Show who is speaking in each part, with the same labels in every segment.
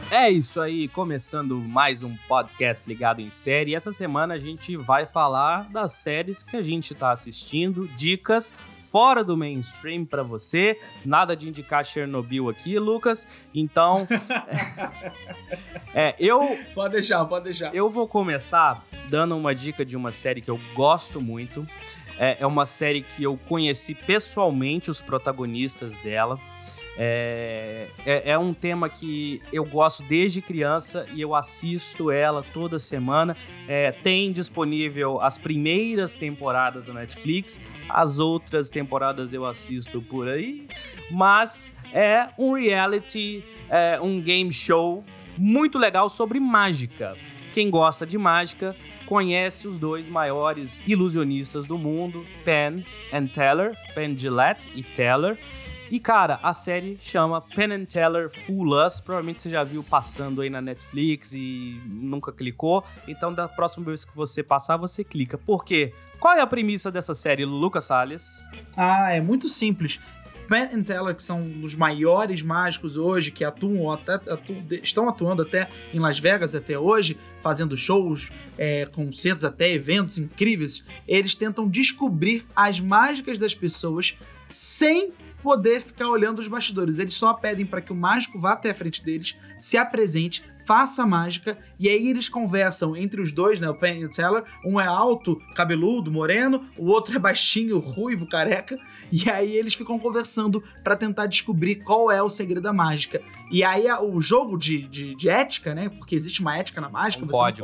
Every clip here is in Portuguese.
Speaker 1: É isso aí, começando mais um podcast ligado em série. E essa semana a gente vai falar das séries que a gente tá assistindo, dicas fora do mainstream pra você. Nada de indicar Chernobyl aqui, Lucas. Então,
Speaker 2: Pode deixar.
Speaker 1: Eu vou começar dando uma dica de uma série que eu gosto muito. É uma série que eu conheci pessoalmente os protagonistas dela. É um tema que eu gosto desde criança e eu assisto ela toda semana. Tem disponível as primeiras temporadas na Netflix, as outras temporadas eu assisto por aí, mas é um reality, um game show muito legal sobre mágica. Quem gosta de mágica conhece os dois maiores ilusionistas do mundo, Penn and Teller, Penn Jillette e Teller. E, cara, a série chama Penn and Teller Fool Us. Provavelmente você já viu passando aí na Netflix e nunca clicou. Então, da próxima vez que você passar, você clica. Por quê? Qual é a premissa dessa série, Lucas Salles?
Speaker 2: É muito simples. Penn and Teller, que são os maiores mágicos hoje, que estão atuando até em Las Vegas até hoje, fazendo shows, concertos, até eventos incríveis. Eles tentam descobrir as mágicas das pessoas sem poder ficar olhando os bastidores. Eles só pedem para que o mágico vá até a frente deles, se apresente, faça a mágica, e aí eles conversam entre os dois, né, o Penn e o Teller. Um é alto, cabeludo, moreno, o outro é baixinho, ruivo, careca, e aí eles ficam conversando para tentar descobrir qual é o segredo da mágica. E aí o jogo de ética, né, porque existe uma ética na mágica,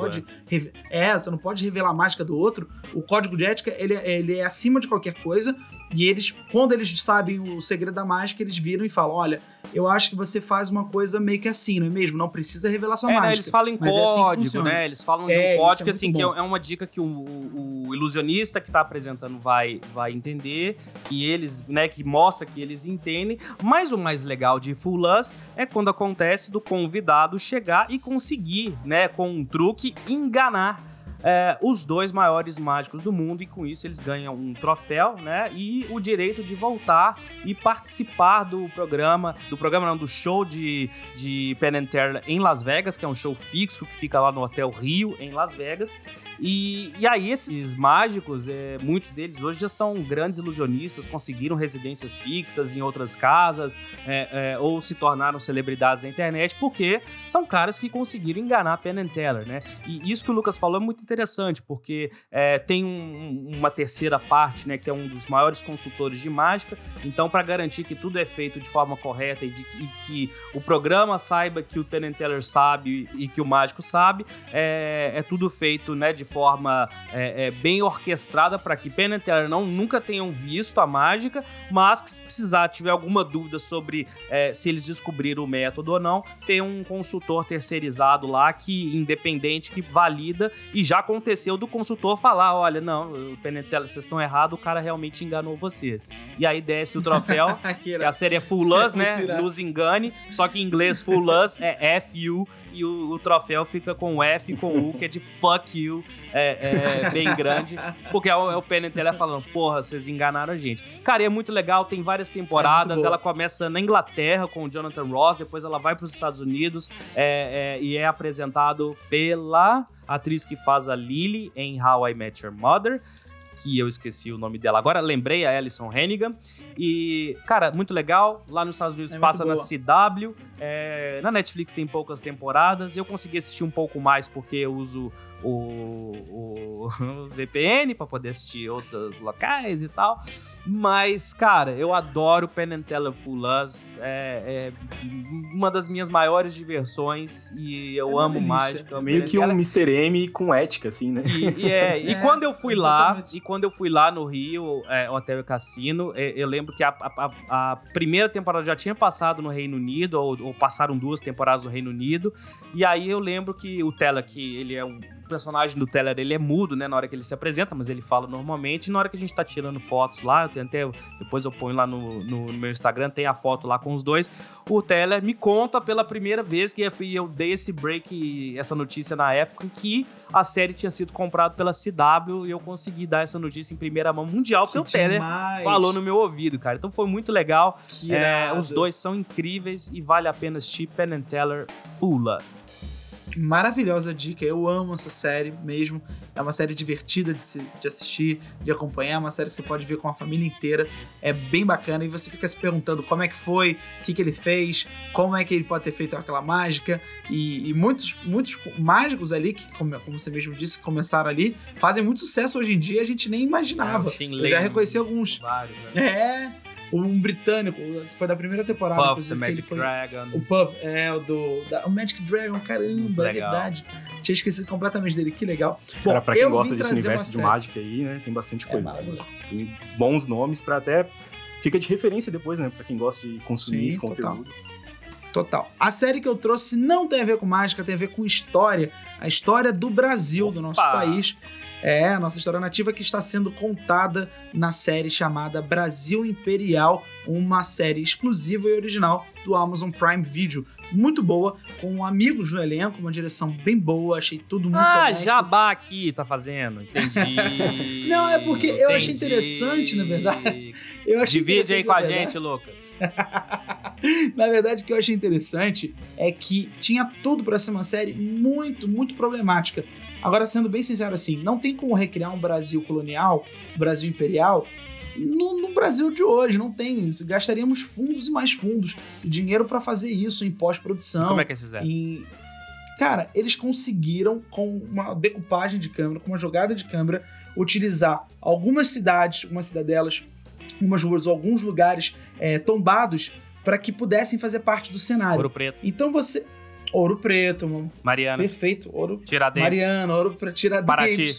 Speaker 2: você não pode revelar a mágica do outro. O código de ética, ele é acima de qualquer coisa, e eles, quando eles sabem o segredo da mágica, eles viram e falam: olha, eu acho que você faz uma coisa meio que assim, não é mesmo? Não precisa revelar sua mágica.
Speaker 1: Né, eles falam em código, né? Eles falam de um código, assim, que é uma dica que o ilusionista que tá apresentando vai entender, que eles, né, que mostra que eles entendem. Mas o mais legal de Fool Us é quando acontece do convidado chegar e conseguir, né, com um truque, enganar os dois maiores mágicos do mundo, e com isso eles ganham um troféu, né, e o direito de voltar e participar do show de Penn and Teller em Las Vegas, que é um show fixo que fica lá no Hotel Rio, em Las Vegas. E aí esses mágicos, muitos deles hoje já são grandes ilusionistas, conseguiram residências fixas em outras casas, ou se tornaram celebridades na internet, porque são caras que conseguiram enganar Penn and Teller, né? E isso que o Lucas falou é muito interessante, porque tem uma terceira parte, né, que é um dos maiores consultores de mágica. Então, para garantir que tudo é feito de forma correta e que o programa saiba que o Penn and Teller sabe e que o mágico sabe, é tudo feito, né, de forma bem orquestrada para que Penn and Teller nunca tenham visto a mágica, mas que se precisar, tiver alguma dúvida sobre se eles descobriram o método ou não, tem um consultor terceirizado lá, independente, que valida. E já aconteceu do consultor falar: olha, não, Penn and Teller, vocês estão errados, o cara realmente enganou vocês. E aí desce o troféu, que a série é Fool Us, né? Nos engane, só que em inglês Fool Us é F-U, e o troféu fica com F e com U, que é de fuck you, bem grande, porque é o Penn and Teller falando: porra, vocês enganaram a gente. Cara, e é muito legal, tem várias temporadas, ela começa na Inglaterra com o Jonathan Ross, depois ela vai para os Estados Unidos, e é apresentado pela atriz que faz a Lily em How I Met Your Mother, que eu esqueci o nome dela agora, lembrei, a Alyson Hannigan. E, cara, muito legal. Lá nos Estados Unidos passa na CW. Na Netflix tem poucas temporadas. Eu consegui assistir um pouco mais porque eu uso o VPN para poder assistir outros locais e tal. Mas, cara, eu adoro Penn and Teller Fool Us. É uma das minhas maiores diversões e eu amo mágica.
Speaker 3: Meio que um Mr. M com ética, assim, né?
Speaker 1: E quando eu fui lá no Rio, Hotel e Cassino, eu lembro que a primeira temporada já tinha passado no Reino Unido, ou passaram 2 temporadas no Reino Unido. E aí eu lembro que o Teller, que ele é um personagem do Teller, ele é mudo, né, na hora que ele se apresenta, mas ele fala normalmente. E na hora que a gente tá tirando fotos lá, eu tenho até, depois eu ponho lá no meu Instagram, tem a foto lá com os dois. O Teller me conta pela primeira vez que eu dei esse break, essa notícia na época em que a série tinha sido comprada pela CW e eu consegui dar essa notícia em primeira mão mundial, porque o Teller falou no meu ouvido, cara. Então foi muito legal. Os dois são incríveis e vale a pena assistir. Penn and Teller, Fool Us.
Speaker 2: Maravilhosa dica, eu amo essa série mesmo. É uma série divertida de assistir, de acompanhar, uma série que você pode ver com a família inteira. É bem bacana e você fica se perguntando como é que foi, o que ele fez, como é que ele pode ter feito aquela mágica. E muitos mágicos ali, que como você mesmo disse, começaram ali, fazem muito sucesso hoje em dia, a gente nem imaginava. Eu já reconheci alguns.
Speaker 1: Vários, né?
Speaker 2: Um britânico, foi da primeira temporada,
Speaker 1: Puff,
Speaker 2: inclusive,
Speaker 1: The
Speaker 2: que ele
Speaker 1: Magic
Speaker 2: foi.
Speaker 1: Dragon.
Speaker 2: O Puff, o Magic Dragon, caramba, é verdade. Tinha esquecido completamente dele, que legal.
Speaker 3: Bom, cara, pra quem gosta desse universo de mágica aí, né, tem bastante coisa. Tem bons nomes pra até... Fica de referência depois, né, pra quem gosta de consumir esse conteúdo.
Speaker 2: Total. A série que eu trouxe não tem a ver com mágica, tem a ver com história. A história do Brasil, do nosso país. A nossa história nativa que está sendo contada na série chamada Brasil Imperial, uma série exclusiva e original do Amazon Prime Video. Muito boa, com amigos no elenco, uma direção bem boa, achei tudo muito honesto.
Speaker 1: Jabá aqui tá fazendo, entendi.
Speaker 2: Não, é porque eu achei interessante, na verdade.
Speaker 1: Divide aí com a gente, Lucas.
Speaker 2: Na verdade, o que eu achei interessante é que tinha tudo pra ser uma série muito, muito problemática. Agora, sendo bem sincero assim, não tem como recriar um Brasil colonial, um Brasil imperial, no Brasil de hoje, não tem isso. Gastaríamos fundos e mais fundos, dinheiro pra fazer isso em pós-produção.
Speaker 1: E como é que eles fizeram?
Speaker 2: Cara, eles conseguiram, com uma decupagem de câmera, com uma jogada de câmera, utilizar algumas cidades, algumas cidadelas, alguns lugares tombados para que pudessem fazer parte do cenário.
Speaker 1: Ouro Preto.
Speaker 2: Então você... Ouro Preto,
Speaker 1: Mariana.
Speaker 2: Perfeito.
Speaker 1: Tiradentes.
Speaker 2: Mariana, Ouro Preto, Tiradentes.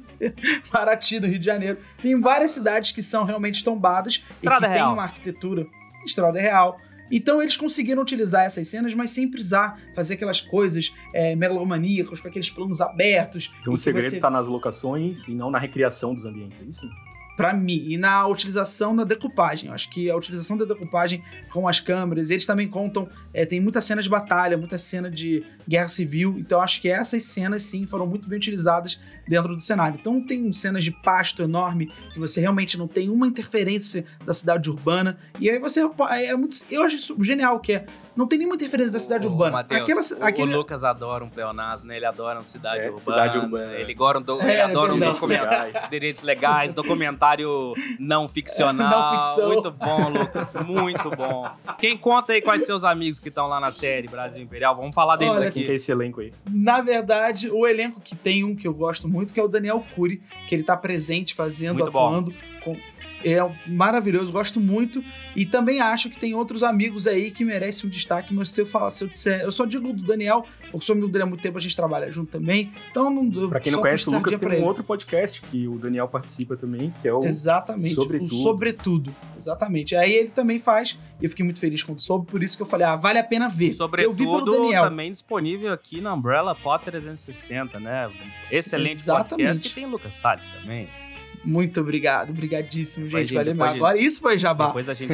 Speaker 2: Paraty, do Rio de Janeiro. Tem várias cidades que são realmente tombadas
Speaker 1: Estrada
Speaker 2: e que
Speaker 1: Real.
Speaker 2: tem uma arquitetura. Estrada Real. Então eles conseguiram utilizar essas cenas, mas sem precisar fazer aquelas coisas megalomaníacas, com aqueles planos abertos.
Speaker 3: Então o segredo tá nas locações e não na recriação dos ambientes, é isso?
Speaker 2: Pra mim, e na utilização da decupagem. Eu acho que a utilização da decupagem com as câmeras, eles também contam, tem muita cena de batalha, muita cena de guerra civil, então eu acho que essas cenas, sim, foram muito bem utilizadas dentro do cenário. Então tem cenas de pasto enorme, que você realmente não tem uma interferência da cidade urbana, e aí você, eu acho isso genial, que não tem nenhuma interferência da cidade urbana.
Speaker 1: Mateus, o Lucas adora um pleonasmo, né? Ele adora uma cidade urbana.
Speaker 3: Cidade urbana.
Speaker 1: Ele adora direitos legais, documentário não ficcional.
Speaker 2: Não ficção.
Speaker 1: Muito bom, Lucas. Muito bom. Quem conta aí quais seus amigos que estão lá na série Brasil Imperial? Vamos falar deles aqui.
Speaker 3: Quem que é esse elenco aí?
Speaker 2: Na verdade, o elenco que tem um que eu gosto muito, que é o Daniel Cury, que ele tá presente, fazendo,
Speaker 1: muito
Speaker 2: atuando. É maravilhoso, gosto muito. E também acho que tem outros amigos aí que merecem um destaque, mas se eu disser, eu só digo do Daniel, porque sou amigo dele há muito tempo, a gente trabalha junto também. Então,
Speaker 3: pra quem não conhece, o Lucas tem um outro podcast que o Daniel participa também, que é o
Speaker 2: Exatamente,
Speaker 3: Sobretudo.
Speaker 2: O Sobretudo. Exatamente. Aí ele também faz, e eu fiquei muito feliz quando soube, por isso que eu falei, vale a pena ver.
Speaker 1: Sobretudo,
Speaker 2: eu vi pelo Daniel.
Speaker 1: Também disponível aqui na Umbrella Pod 360, né? Excelente podcast, que tem o Lucas Salles também.
Speaker 2: Muito obrigado, obrigadíssimo, gente. Valeu, agora isso foi jabá.
Speaker 1: Depois a gente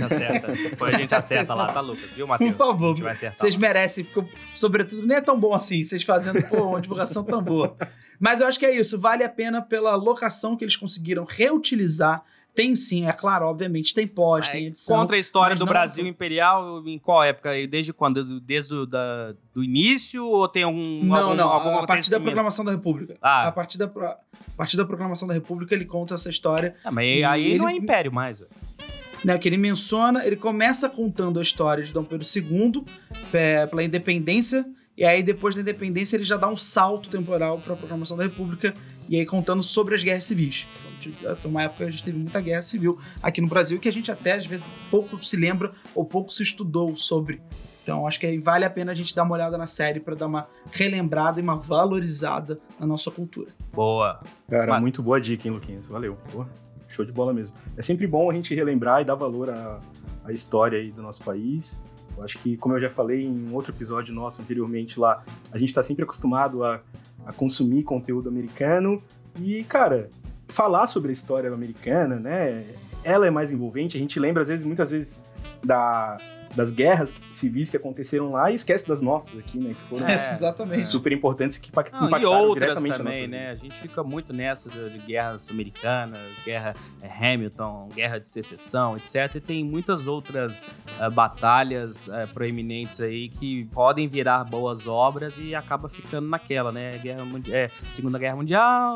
Speaker 1: acerta lá, tá, Lucas? Viu, Matheus?
Speaker 2: Por favor, vocês merecem, porque Sobretudo nem é tão bom assim, vocês fazendo uma divulgação tão boa. Mas eu acho que é isso, vale a pena pela locação que eles conseguiram reutilizar. Tem sim, é claro, obviamente, tem pós, tem edição.
Speaker 1: Contra a história do Brasil Imperial, em qual época? Desde quando? Desde do início ou tem algum
Speaker 2: a partir da Proclamação da República. A partir da Proclamação da República ele conta essa história.
Speaker 1: Mas aí não é império mais, velho.
Speaker 2: Né, que ele menciona, ele começa contando a história de Dom Pedro II pela independência, e aí depois da independência ele já dá um salto temporal para a Proclamação da República, e aí contando sobre as guerras civis. Foi uma época que a gente teve muita guerra civil aqui no Brasil, que a gente até às vezes pouco se lembra ou pouco se estudou sobre. Então acho que vale a pena a gente dar uma olhada na série para dar uma relembrada e uma valorizada na nossa cultura.
Speaker 1: Boa!
Speaker 3: Cara, muito boa dica, hein, Luquinhas? Valeu. Boa. Show de bola mesmo. É sempre bom a gente relembrar e dar valor à história aí do nosso país. Eu acho que, como eu já falei em outro episódio nosso anteriormente lá, a gente tá sempre acostumado a consumir conteúdo americano e, cara, falar sobre a história americana, né? Ela é mais envolvente, a gente lembra, muitas vezes, das guerras civis que aconteceram lá e esquece das nossas aqui, né? Que foram
Speaker 2: exatamente.
Speaker 3: super importantes que impactaram
Speaker 1: e outras
Speaker 3: diretamente
Speaker 1: também, né? A gente fica muito nessa de guerras americanas, guerra Hamilton, guerra de secessão, etc. E tem muitas outras batalhas proeminentes aí que podem virar boas obras e acaba ficando naquela, né? Segunda Guerra Mundial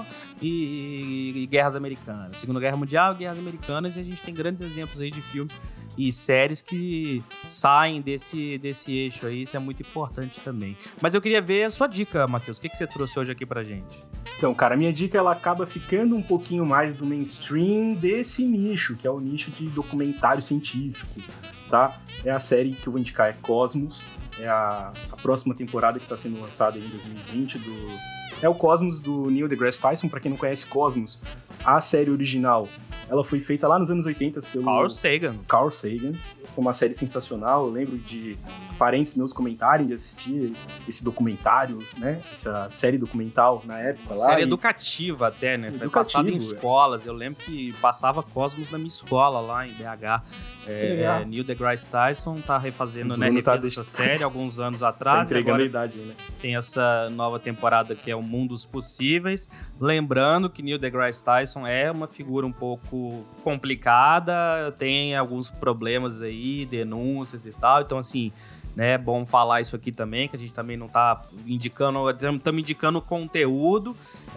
Speaker 1: e guerras americanas. Segunda Guerra Mundial e guerras americanas, e a gente tem grandes exemplos aí de filmes e séries que saem desse eixo aí, isso é muito importante também. Mas eu queria ver a sua dica, Matheus, o que você trouxe hoje aqui pra gente?
Speaker 3: Então, cara, a minha dica, ela acaba ficando um pouquinho mais do mainstream desse nicho, que é o nicho de documentário científico, tá? É a série que eu vou indicar, é Cosmos, é a próxima temporada que está sendo lançada em 2020 É o Cosmos do Neil deGrasse Tyson. Pra quem não conhece Cosmos, a série original, ela foi feita lá nos anos 80 pelo Carl Sagan. Foi uma série sensacional. Eu lembro de parentes meus comentarem de assistir esse documentário, né? Essa série documental na época lá.
Speaker 1: Série educativa até, né? Foi passada em escolas. Eu lembro que passava Cosmos na minha escola lá em BH. Neil deGrasse Tyson tá refazendo, né? Refez essa série alguns anos atrás.
Speaker 3: Tá entregando a idade, né?
Speaker 1: Tem essa nova temporada que é o Mundo dos Possíveis. Lembrando que Neil deGrasse Tyson é uma figura um pouco complicada, tem alguns problemas aí, denúncias e tal. Então, assim, né, é bom falar isso aqui também, que a gente também não tá indicando, estamos indicando conteúdo.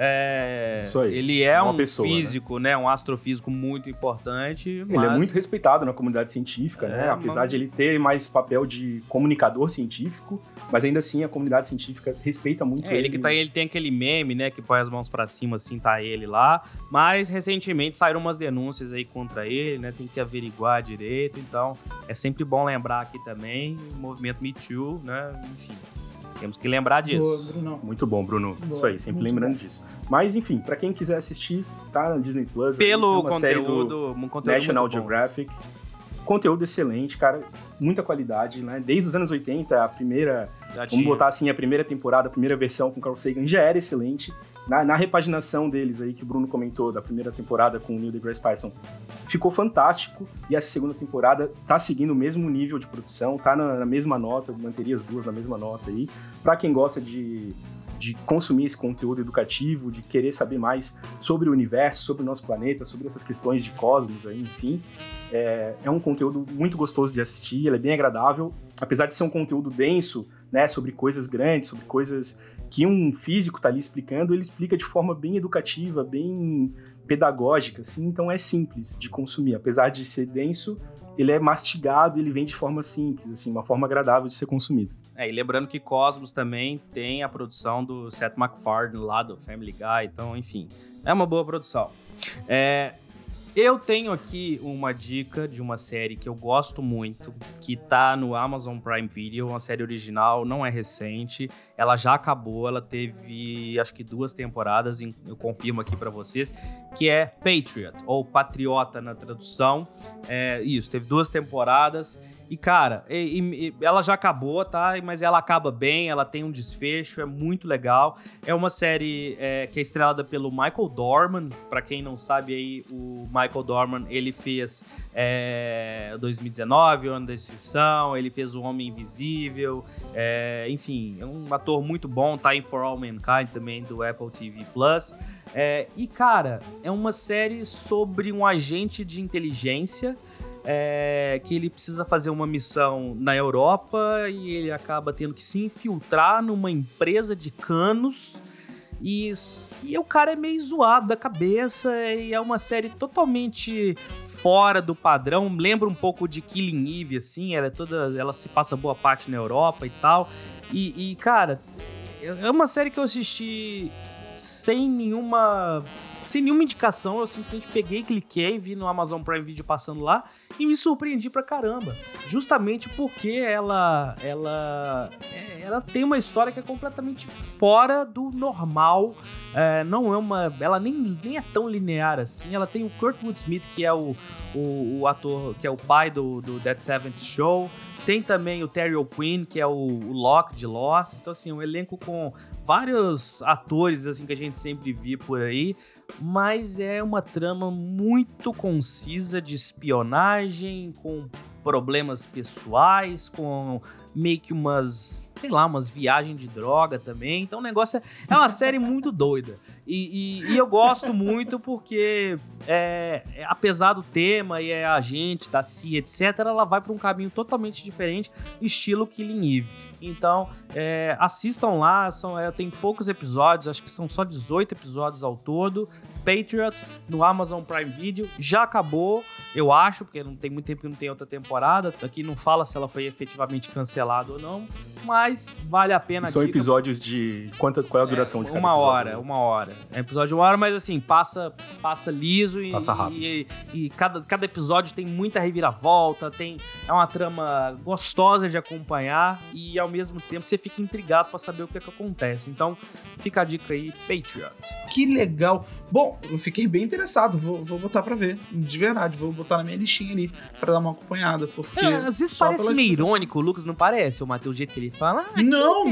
Speaker 3: Isso aí.
Speaker 1: Ele é um pessoa, físico, né? Um astrofísico muito importante.
Speaker 3: Ele é muito respeitado na comunidade científica, né? Apesar de ele ter mais papel de comunicador científico, mas ainda assim a comunidade científica respeita muito ele.
Speaker 1: Ele tem aquele meme, né? Que põe as mãos pra cima, assim, tá ele lá. Mas recentemente saíram umas denúncias aí contra ele, né? Tem que averiguar direito. Então é sempre bom lembrar aqui também o movimento Me Too, né? Enfim, temos que lembrar disso.
Speaker 2: Boa, Bruno.
Speaker 3: Muito bom, Bruno. Boa, isso aí, sempre lembrando disso. Mas, enfim, pra quem quiser assistir, tá na Disney Plus.
Speaker 1: Pelo
Speaker 3: uma
Speaker 1: conteúdo
Speaker 3: National Geographic. Conteúdo excelente, cara. Muita qualidade, né? Desde os anos 80, a primeira... Vamos botar assim, a primeira temporada, a primeira versão com Carl Sagan já era excelente. Na repaginação deles aí, que o Bruno comentou, da primeira temporada com o Neil deGrasse Tyson, ficou fantástico. E essa segunda temporada tá seguindo o mesmo nível de produção, tá na mesma nota, eu manteria as duas na mesma nota aí. Pra quem gosta de consumir esse conteúdo educativo, de querer saber mais sobre o universo, sobre o nosso planeta, sobre essas questões de cosmos aí, enfim. É um conteúdo muito gostoso de assistir, ele é bem agradável. Apesar de ser um conteúdo denso, né, sobre coisas grandes, sobre coisas que um físico tá ali explicando, ele explica de forma bem educativa, bem pedagógica, assim, então é simples de consumir. Apesar de ser denso, ele é mastigado, ele vem de forma simples, assim, uma forma agradável de ser consumido.
Speaker 1: E lembrando que Cosmos também tem a produção do Seth MacFarlane lá do Family Guy, então, enfim, é uma boa produção. Eu tenho aqui uma dica de uma série que eu gosto muito, que tá no Amazon Prime Video, uma série original, não é recente, ela já acabou, ela teve acho que 2 temporadas, eu confirmo aqui pra vocês, que é Patriot, ou Patriota na tradução. Isso, teve 2 temporadas. E, cara, ela já acabou, tá? Mas ela acaba bem, ela tem um desfecho, é muito legal. É uma série que é estrelada pelo Michael Dorman. Pra quem não sabe aí, o Michael Dorman, ele fez 2019, o Ano da Extinção, ele fez O Homem Invisível. Enfim, é um ator muito bom, tá em For All Mankind também, do Apple TV+. E, cara, é uma série sobre um agente de inteligência que ele precisa fazer uma missão na Europa e ele acaba tendo que se infiltrar numa empresa de canos e o cara é meio zoado da cabeça e é uma série totalmente fora do padrão, lembra um pouco de Killing Eve, assim, ela se passa boa parte na Europa e tal, e cara, é uma série que eu assisti sem nenhuma indicação, eu simplesmente peguei, cliquei, vi no Amazon Prime Video passando lá e me surpreendi pra caramba. Justamente porque ela tem uma história que é completamente fora do normal. Ela nem é tão linear assim. Ela tem o Kurtwood Smith, que é o ator, que é o pai do That 70 Show. Tem também o Terry O'Quinn, que é o Locke de Lost. Então, assim, um elenco com vários atores, assim, que a gente sempre vê por aí. Mas é uma trama muito concisa de espionagem, com problemas pessoais, com meio que umas viagens de droga também. Então o negócio é uma série muito doida. E eu gosto muito porque, apesar do tema e a gente da CIA, etc., ela vai para um caminho totalmente diferente, estilo Killing Eve. Então, assistam lá, tem poucos episódios, acho que são só 18 episódios ao todo. Patriot, no Amazon Prime Video, já acabou, eu acho, porque não tem muito tempo que não tem outra temporada. Aqui não fala se ela foi efetivamente cancelada ou não, mas vale a pena.
Speaker 3: São episódios de... Qual é a duração de cada episódio?
Speaker 1: Uma hora. É episódio de 1 hora, mas assim, passa liso e...
Speaker 3: Passa rápido.
Speaker 1: E cada episódio tem muita reviravolta, é uma trama gostosa de acompanhar e ao mesmo tempo você fica intrigado pra saber o que acontece. Então, fica a dica aí, Patriot.
Speaker 2: Que legal. Bom, eu fiquei bem interessado, vou botar pra ver, de verdade, vou botar na minha listinha ali pra dar uma acompanhada, porque...
Speaker 1: às vezes parece meio irônico, o Lucas, não parece, o Matheus, o jeito que ele fala?
Speaker 2: Não.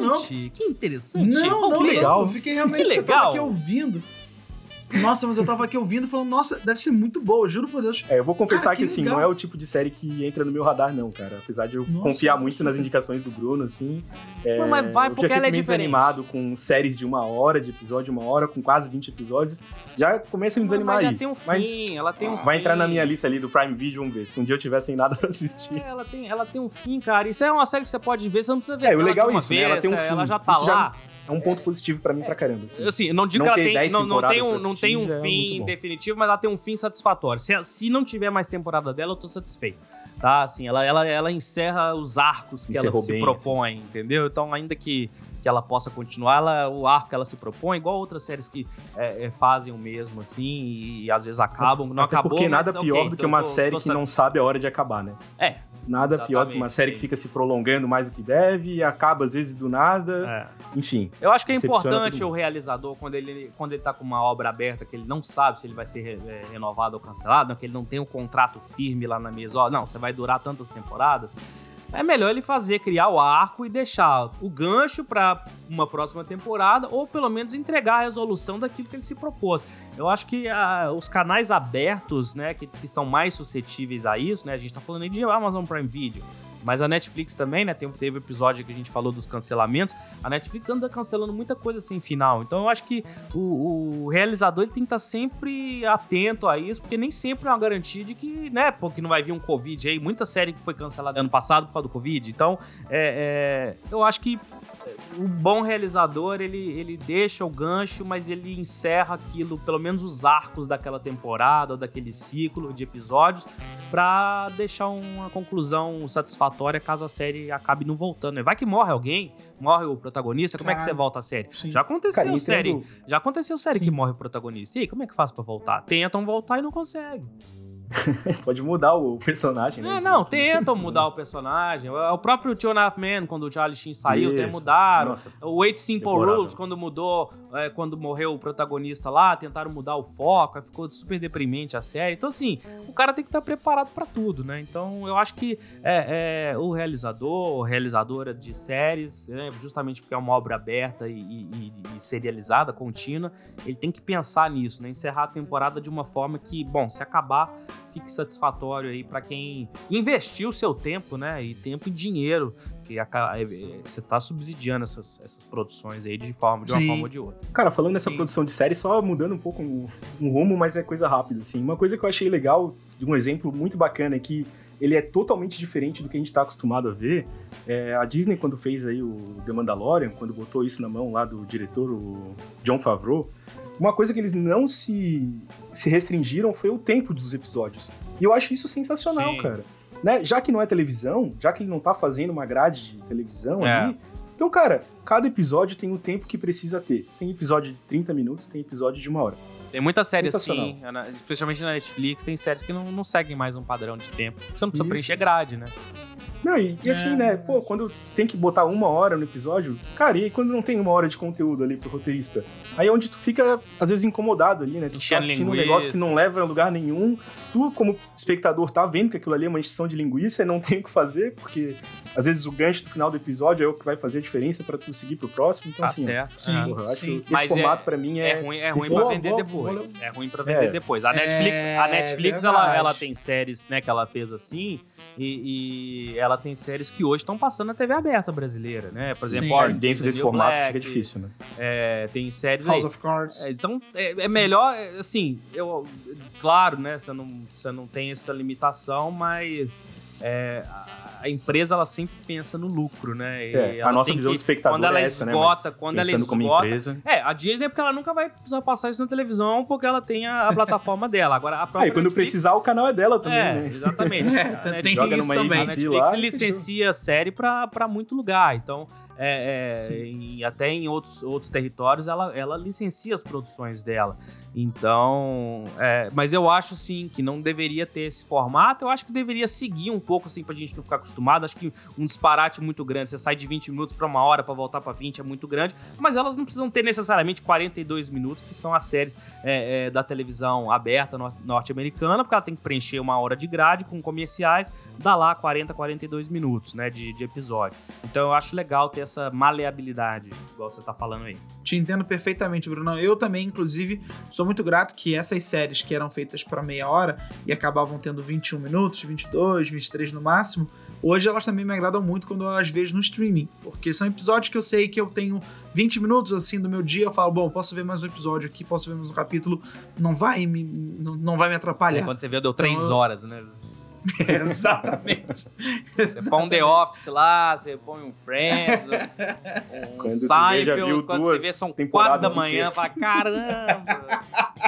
Speaker 1: Que interessante.
Speaker 2: Não,
Speaker 1: que legal.
Speaker 2: Eu fiquei realmente,
Speaker 1: que legal.
Speaker 2: Eu tava aqui ouvindo. Nossa, mas eu tava aqui ouvindo falando, nossa, deve ser muito boa, juro por Deus.
Speaker 3: Eu vou confessar que assim, não é o tipo de série que entra no meu radar, não, cara. Apesar de eu confiar muito nas indicações do Bruno, assim.
Speaker 1: Mas vai porque ela é diferente.
Speaker 3: Desanimado com séries de 1 hora, de episódio de 1 hora, com quase 20 episódios. Já começa a me desanimar aí.
Speaker 1: Ela tem um fim, ela tem um fim.
Speaker 3: Vai entrar na minha lista ali do Prime Video, vamos ver. Se um dia eu tiver sem nada pra assistir.
Speaker 1: Ela tem um fim, cara. Isso é uma série que você pode ver, você não precisa ver
Speaker 3: o legal é isso,
Speaker 1: vez,
Speaker 3: né? Ela tem um fim.
Speaker 1: Ela já tá isso lá.
Speaker 3: É um ponto positivo pra mim pra caramba.
Speaker 1: Assim, não digo que ela não tem um fim definitivo, mas ela tem um fim satisfatório. Se não tiver mais temporada dela, eu tô satisfeito. Tá? Assim, ela encerra os arcos que ela se propõe, assim. Entendeu? Então, ainda que ela possa continuar, o arco que ela se propõe, igual outras séries que fazem o mesmo, assim, e às vezes acabam. Não acabou,
Speaker 3: porque nada pior do que uma série que não sabe a hora de acabar, né? Nada
Speaker 1: exatamente,
Speaker 3: pior do que uma série que fica se prolongando mais do que deve e acaba às vezes do nada. Enfim.
Speaker 1: Eu acho que é importante o realizador, quando ele tá com uma obra aberta, que ele não sabe se ele vai ser renovado ou cancelado, que ele não tem um contrato firme lá na mesa, não, você vai durar tantas temporadas. É melhor ele criar o arco e deixar o gancho pra uma próxima temporada, ou pelo menos entregar a resolução daquilo que ele se propôs. Eu acho que os canais abertos, né, que estão mais suscetíveis a isso, né, a gente tá falando aí de Amazon Prime Video, mas a Netflix também, né, teve episódio que a gente falou dos cancelamentos, a Netflix anda cancelando muita coisa sem final, então eu acho que o realizador ele tem que estar sempre atento a isso, porque nem sempre é uma garantia de que, né, porque não vai vir um Covid aí, muita série que foi cancelada ano passado por causa do Covid, então eu acho que o bom realizador, ele deixa o gancho, mas ele encerra aquilo, pelo menos os arcos daquela temporada ou daquele ciclo de episódios, pra deixar uma conclusão satisfatória caso a série acabe não voltando. Vai que morre alguém, morre o protagonista, como é que você volta a série? Sim. Já aconteceu série que morre o protagonista. E aí, como é que faz pra voltar? Tentam voltar e não conseguem.
Speaker 3: Pode mudar o personagem, né?
Speaker 1: Tentam mudar o personagem. O próprio Two and a Half Men, quando o Charlie Sheen saiu, até mudaram.
Speaker 3: Nossa,
Speaker 1: o 8 Simple Rules, quando mudou, quando morreu o protagonista lá, tentaram mudar o foco, aí ficou super deprimente a série. Então, assim, o cara tem que estar preparado pra tudo, né? Então, eu acho que o realizador ou realizadora de séries, justamente porque é uma obra aberta e serializada, contínua, ele tem que pensar nisso, né? Encerrar a temporada de uma forma que, bom, se acabar, fique satisfatório aí pra quem investiu o seu tempo, né? E tempo e dinheiro, que você tá subsidiando essas produções aí de uma forma ou de outra.
Speaker 3: Cara, falando nessa produção de série, só mudando um pouco um rumo, mas é coisa rápida, assim. Uma coisa que eu achei legal, um exemplo muito bacana é que ele é totalmente diferente do que a gente tá acostumado a ver. A Disney, quando fez aí o The Mandalorian, quando botou isso na mão lá do diretor, o Jon Favreau, uma coisa que eles não se restringiram foi o tempo dos episódios. E eu acho isso sensacional, cara. Né? Já que não é televisão, já que ele não tá fazendo uma grade de televisão ali, então, cara, cada episódio tem o tempo que precisa ter. Tem episódio de 30 minutos, tem episódio de 1 hora.
Speaker 1: Tem muita série assim, especialmente na Netflix, tem séries que não seguem mais um padrão de tempo. Você não precisa preencher grade, né?
Speaker 3: Não, e assim, né, pô, quando tem que botar 1 hora no episódio, cara, e aí quando não tem 1 hora de conteúdo ali pro roteirista? Aí é onde tu fica, às vezes, incomodado ali, né? Tu tá assistindo um negócio que não leva a lugar nenhum, tu, como espectador, tá vendo que aquilo ali é uma extensão de linguiça e não tem o que fazer, porque às vezes o gancho do final do episódio é o que vai fazer a diferença pra tu seguir pro próximo, então assim...
Speaker 1: certo.
Speaker 3: Sim, porra, eu acho que esse formato pra mim é
Speaker 1: ruim pra vender depois. É ruim pra vender depois. A Netflix ela tem séries, né, que ela fez assim, e ela tem séries que hoje estão passando na TV aberta brasileira, né? Por exemplo,
Speaker 3: dentro desse formato fica difícil, né?
Speaker 1: Tem séries
Speaker 2: House of Cards.
Speaker 1: Então, é melhor, assim, claro, né? Você não tem essa limitação, mas a empresa, ela sempre pensa no lucro, né? E
Speaker 3: a nossa visão do espectador
Speaker 1: quando ela
Speaker 3: essa,
Speaker 1: esgota,
Speaker 3: né?
Speaker 1: Quando ela esgota,
Speaker 3: como empresa.
Speaker 1: A Disney é porque ela nunca vai precisar passar isso na televisão, porque ela tem a plataforma dela. Agora, a própria
Speaker 3: quando precisar, o canal é dela também, né?
Speaker 1: Exatamente.
Speaker 2: Tem
Speaker 3: joga
Speaker 2: isso
Speaker 3: numa
Speaker 2: também.
Speaker 1: A Netflix licencia a série pra muito lugar, então... até em outros territórios ela licencia as produções dela. Então, mas eu acho sim que não deveria ter esse formato. Eu acho que deveria seguir um pouco assim pra gente não ficar acostumado. Acho que um disparate muito grande, você sai de 20 minutos pra 1 hora pra voltar pra 20 é muito grande, mas elas não precisam ter necessariamente 42 minutos, que são as séries da televisão aberta norte-americana, porque ela tem que preencher 1 hora de grade com comerciais, dá lá 42 minutos, né, de episódio. Então eu acho legal ter essa maleabilidade, igual você tá falando aí.
Speaker 2: Te entendo perfeitamente, Bruno. Eu também, inclusive, sou muito grato que essas séries que eram feitas pra meia hora e acabavam tendo 21 minutos, 22, 23 no máximo, hoje elas também me agradam muito quando eu as vejo no streaming, porque são episódios que eu sei que eu tenho 20 minutos assim do meu dia, eu falo, bom, posso ver mais um episódio aqui, posso ver mais um capítulo, não vai me atrapalhar.
Speaker 1: Quando você vê, deu 3 horas, né?
Speaker 2: Exatamente.
Speaker 1: Você põe um The Office lá, você põe um Friends, um Seinfeld, quando você vê são 4 da manhã, fala, caramba!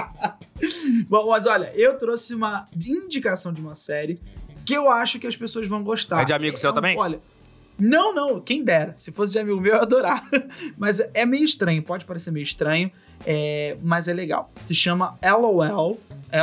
Speaker 2: Bom, mas olha, eu trouxe uma indicação de uma série que eu acho que as pessoas vão gostar.
Speaker 1: É de amigo seu também?
Speaker 2: Olha, não, quem dera. Se fosse de amigo meu, eu ia adorar. Mas é meio estranho, pode parecer meio estranho, mas é legal. Se chama LOL,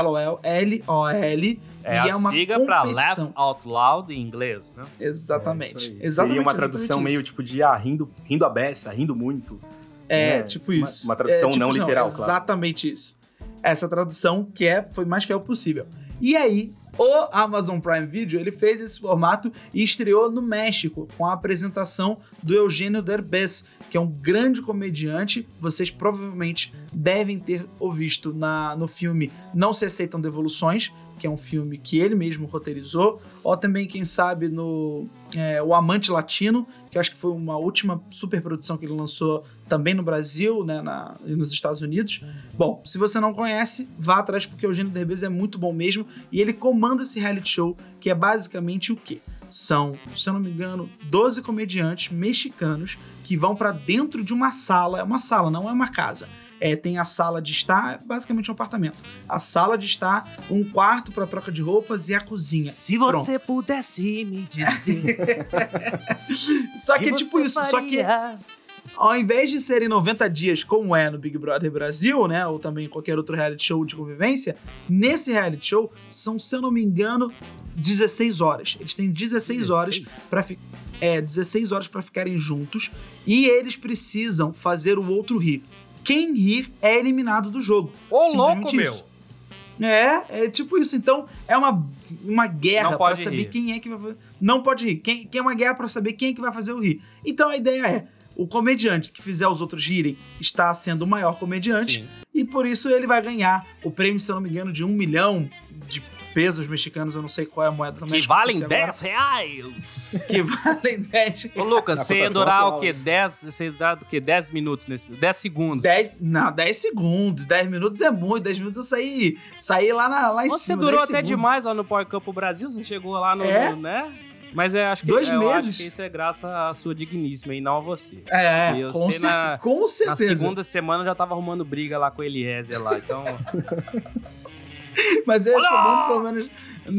Speaker 2: L-O-L,
Speaker 1: e é uma sigla pra Laugh Out Loud em inglês, né?
Speaker 2: Exatamente.
Speaker 3: Seria uma tradução meio tipo de rindo a beça, rindo muito.
Speaker 2: Tipo isso.
Speaker 3: Uma tradução
Speaker 2: tipo,
Speaker 3: não literal, claro.
Speaker 2: Exatamente isso. Essa tradução que foi mais fiel possível. E aí, o Amazon Prime Video, ele fez esse formato e estreou no México com a apresentação do Eugenio Derbez, que é um grande comediante. Vocês provavelmente devem ter visto no filme Não Se Aceitam Devoluções, que é um filme que ele mesmo roteirizou, ou também, quem sabe, no O Amante Latino, que eu acho que foi uma última superprodução que ele lançou também no Brasil, né, e nos Estados Unidos. Bom, se você não conhece, vá atrás, porque o Eugenio Derbez é muito bom mesmo, e ele comanda esse reality show, que é basicamente o quê? São, se eu não me engano, 12 comediantes mexicanos que vão pra dentro de uma sala. É uma sala, não é uma casa. Tem a sala de estar, basicamente um apartamento. A sala de estar, um quarto pra troca de roupas e a cozinha.
Speaker 1: Se você pudesse me dizer.
Speaker 2: Só que é tipo isso, só que ao invés de serem 90 dias como é no Big Brother Brasil, né, ou também qualquer outro reality show de convivência, nesse reality show são, se eu não me engano, 16 horas. Eles têm 16 horas pra 16 horas pra ficarem juntos e eles precisam fazer o outro rir. Quem rir é eliminado do jogo.
Speaker 1: Ô, louco,
Speaker 2: isso. É tipo isso. Então, é uma guerra pra saber quem é que vai fazer. Não pode rir. Quem é uma guerra pra saber quem é que vai fazer o rir. Então, a ideia é, o comediante que fizer os outros rirem está sendo o maior comediante. Sim. E por isso ele vai ganhar o prêmio, se eu não me engano, de 1 milhão de pesos mexicanos, eu não sei qual é a moeda no México.
Speaker 1: Que valem R$10.
Speaker 2: Que valem 10.
Speaker 1: Ô, Lucas, você ia durar o quê? 10 minutos nesse? 10 segundos?
Speaker 2: 10 segundos. 10 minutos é muito. 10 minutos eu saí lá em cima.
Speaker 1: Você durou até demais lá no Power Cup Brasil, você chegou lá no né? Mas acho que
Speaker 2: 2 meses.
Speaker 1: Eu acho que isso é graças à sua digníssima e não a você.
Speaker 2: Com certeza.
Speaker 1: Na segunda semana eu já tava arrumando briga lá com o Eliezer lá, então...
Speaker 2: Mas eu sou bom, pelo menos,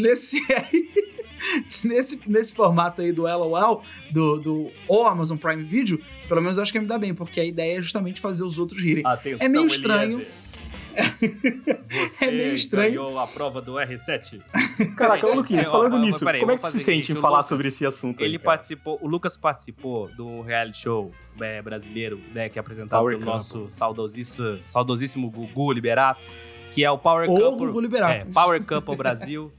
Speaker 2: nesse formato aí do LOL, do Amazon Prime Video, pelo menos eu acho que me dá bem, porque a ideia é justamente fazer os outros rirem.
Speaker 1: Atenção,
Speaker 2: é meio estranho.
Speaker 1: Você
Speaker 2: é meio estranho.
Speaker 1: ganhou a prova do R7.
Speaker 3: Caraca, ô Luquinhas, falando nisso, como é que se sente em falar sobre esse assunto aí,
Speaker 1: o Lucas participou do reality show brasileiro, né, que é apresentado pelo nosso saudosíssimo Gugu Liberato, que é o Power Couple.
Speaker 2: Gugu Liberato.
Speaker 1: Power Couple Brasil.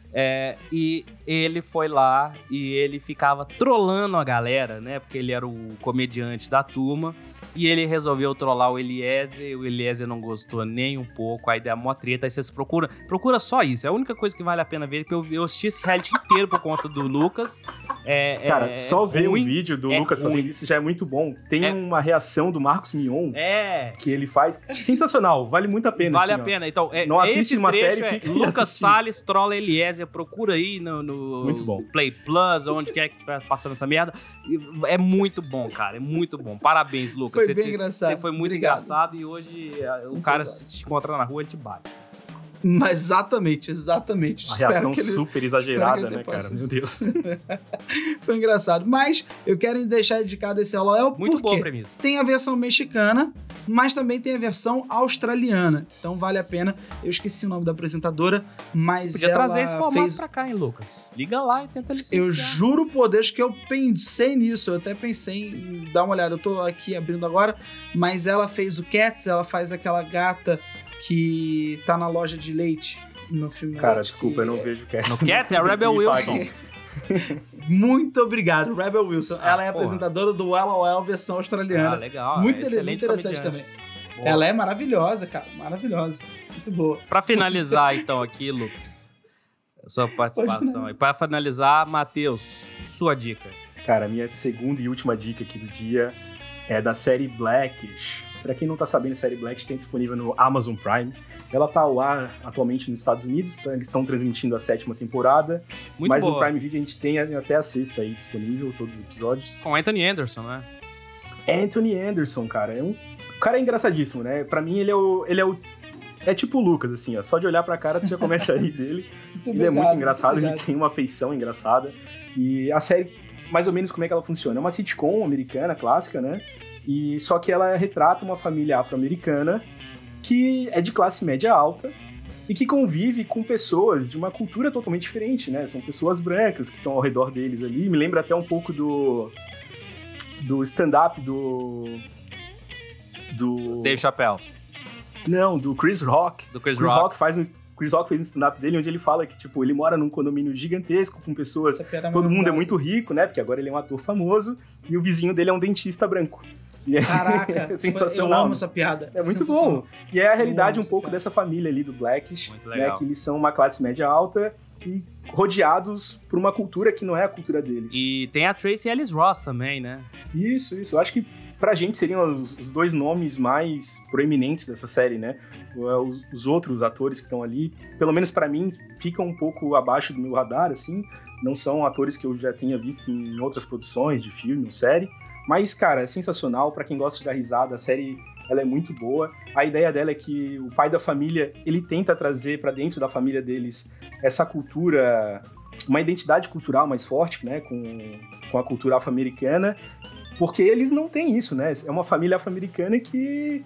Speaker 1: E ele foi lá e ele ficava trollando a galera, né? Porque ele era o comediante da turma. E ele resolveu trollar o Eliezer não gostou nem um pouco. Aí deu uma treta. Aí vocês procura só isso. É a única coisa que vale a pena ver. Porque eu assisti esse reality inteiro por conta do Lucas.
Speaker 3: Cara, só ver o vídeo do Lucas fazendo isso já é muito bom. Tem uma reação do Marcos Mion que ele faz. Sensacional, vale muito a pena.
Speaker 1: Vale a pena. Então,
Speaker 3: não assiste uma série, fica
Speaker 1: Lucas Salles trola Eliezer. Procura aí no
Speaker 3: muito bom.
Speaker 1: Play Plus, onde quer que estiver passando essa merda. É muito bom, cara. É muito bom. Parabéns, Lucas.
Speaker 2: Foi bem engraçado.
Speaker 1: Você foi muito engraçado e hoje o cara, se te encontrar na rua, ele te bate.
Speaker 2: Mas exatamente.
Speaker 3: A reação super exagerada, né, cara? Meu Deus.
Speaker 2: Foi engraçado. Mas eu quero deixar dedicado esse LOL
Speaker 1: muito boa a
Speaker 2: porque
Speaker 1: premissa.
Speaker 2: Tem a versão mexicana, mas também tem a versão australiana. Então vale a pena. Eu esqueci o nome da apresentadora, mas
Speaker 1: podia trazer esse formato pra cá, hein, Lucas? Liga lá e tenta licenciar.
Speaker 2: Eu juro por Deus que eu pensei nisso. Eu até pensei em dar uma olhada. Eu tô aqui abrindo agora, mas ela fez o Cats, ela faz aquela gata que tá na loja de leite no filme.
Speaker 3: Cara, desculpa, eu não vejo Cats.
Speaker 1: No Cats é a Rebel Wilson.
Speaker 2: Muito obrigado, Rebel Wilson. Ela é apresentadora do LOL versão australiana.
Speaker 1: Legal.
Speaker 2: Muito interessante também. Boa. Ela é maravilhosa, cara. Maravilhosa. Muito boa.
Speaker 1: Pra finalizar, então, aqui, Lucas, a sua participação. E pra finalizar, Matheus, sua dica.
Speaker 3: Cara, a minha segunda e última dica aqui do dia é da série Blackish. Pra quem não tá sabendo, a série Blackish tem disponível no Amazon Prime. Ela tá ao ar atualmente nos Estados Unidos, eles estão transmitindo a 7ª temporada.
Speaker 1: Muito
Speaker 3: mas
Speaker 1: boa.
Speaker 3: No Prime Video a gente tem até a 6ª aí disponível, todos os episódios.
Speaker 1: Com Anthony Anderson, né?
Speaker 3: Anthony Anderson, cara, o cara é engraçadíssimo, né? Pra mim ele é tipo o Lucas, assim, ó. Só de olhar pra cara tu já começa a rir dele. Ele é muito engraçado, ele tem uma feição engraçada. E a série, mais ou menos como é que ela funciona? É uma sitcom americana, clássica, né? E só que ela retrata uma família afro-americana que é de classe média alta e que convive com pessoas de uma cultura totalmente diferente, né? São pessoas brancas que estão ao redor deles ali. Me lembra até um pouco do stand-up do
Speaker 1: Dave Chappelle.
Speaker 3: Não, do Chris Rock.
Speaker 1: Chris Rock
Speaker 3: Chris Rock fez um stand-up dele onde ele fala que, tipo, ele mora num condomínio gigantesco com pessoas... Todo mundo é muito rico, né? Porque agora ele é um ator famoso e o vizinho dele é um dentista branco. E
Speaker 2: Caraca,
Speaker 3: é sensacional.
Speaker 2: Eu amo essa piada.
Speaker 3: É muito bom. E é a realidade um pouco dessa família ali do Blackish, né? Que eles são uma classe média alta e rodeados por uma cultura que não é a cultura deles.
Speaker 1: E tem a Tracee Ellis Ross também, né?
Speaker 3: Isso. Eu acho que pra gente seriam os dois nomes mais proeminentes dessa série, né? Os outros atores que estão ali, pelo menos pra mim, ficam um pouco abaixo do meu radar, assim. Não são atores que eu já tenha visto em outras produções de filme ou série. Mas, cara, é sensacional. Pra quem gosta de dar risada, a série ela é muito boa. A ideia dela é que o pai da família, ele tenta trazer pra dentro da família deles essa cultura, uma identidade cultural mais forte, né? Com a cultura afro-americana. Porque eles não têm isso, né? É uma família afro-americana que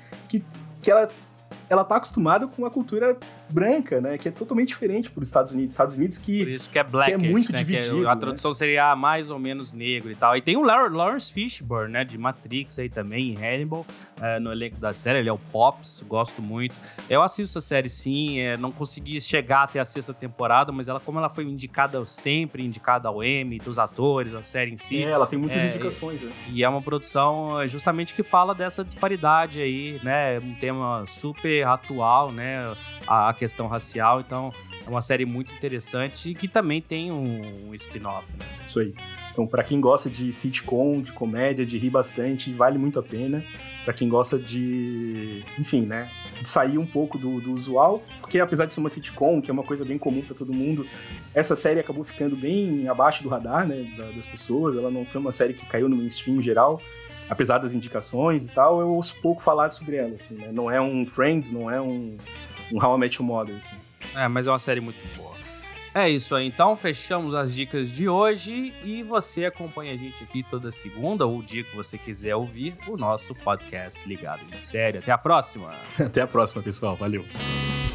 Speaker 3: ela tá acostumada com a cultura branca, né? Que é totalmente diferente para os Estados Unidos. Estados Unidos que...
Speaker 1: Por isso que é Blackish,
Speaker 3: que é muito
Speaker 1: né?
Speaker 3: dividido.
Speaker 1: A tradução seria mais ou menos negro e tal. E tem o Lawrence Fishburne, né? De Matrix aí também, em Hannibal, no elenco da série. Ele é o Pops, gosto muito. Eu assisto a série, sim. Não consegui chegar até a 6ª temporada, mas como ela foi sempre indicada ao Emmy, dos atores, a série em si.
Speaker 3: Ela tem muitas indicações.
Speaker 1: E é uma produção justamente que fala dessa disparidade aí, né? Um tema super atual, né? A questão racial, então é uma série muito interessante e que também tem um spin-off, né?
Speaker 3: Isso aí. Então, pra quem gosta de sitcom, de comédia, de rir bastante, vale muito a pena. Pra quem gosta de, enfim, né, de sair um pouco do usual, porque apesar de ser uma sitcom, que é uma coisa bem comum pra todo mundo, essa série acabou ficando bem abaixo do radar, né, das pessoas. Ela não foi uma série que caiu no mainstream geral. Apesar das indicações e tal, eu ouço pouco falar sobre ela, assim, né? Não é um Friends, não é um How I Met Your Mother, assim.
Speaker 1: Mas é uma série muito boa. É isso aí, então fechamos as dicas de hoje e você acompanha a gente aqui toda segunda ou o dia que você quiser ouvir o nosso podcast Ligado em Série. Até a próxima!
Speaker 3: Até a próxima, pessoal. Valeu!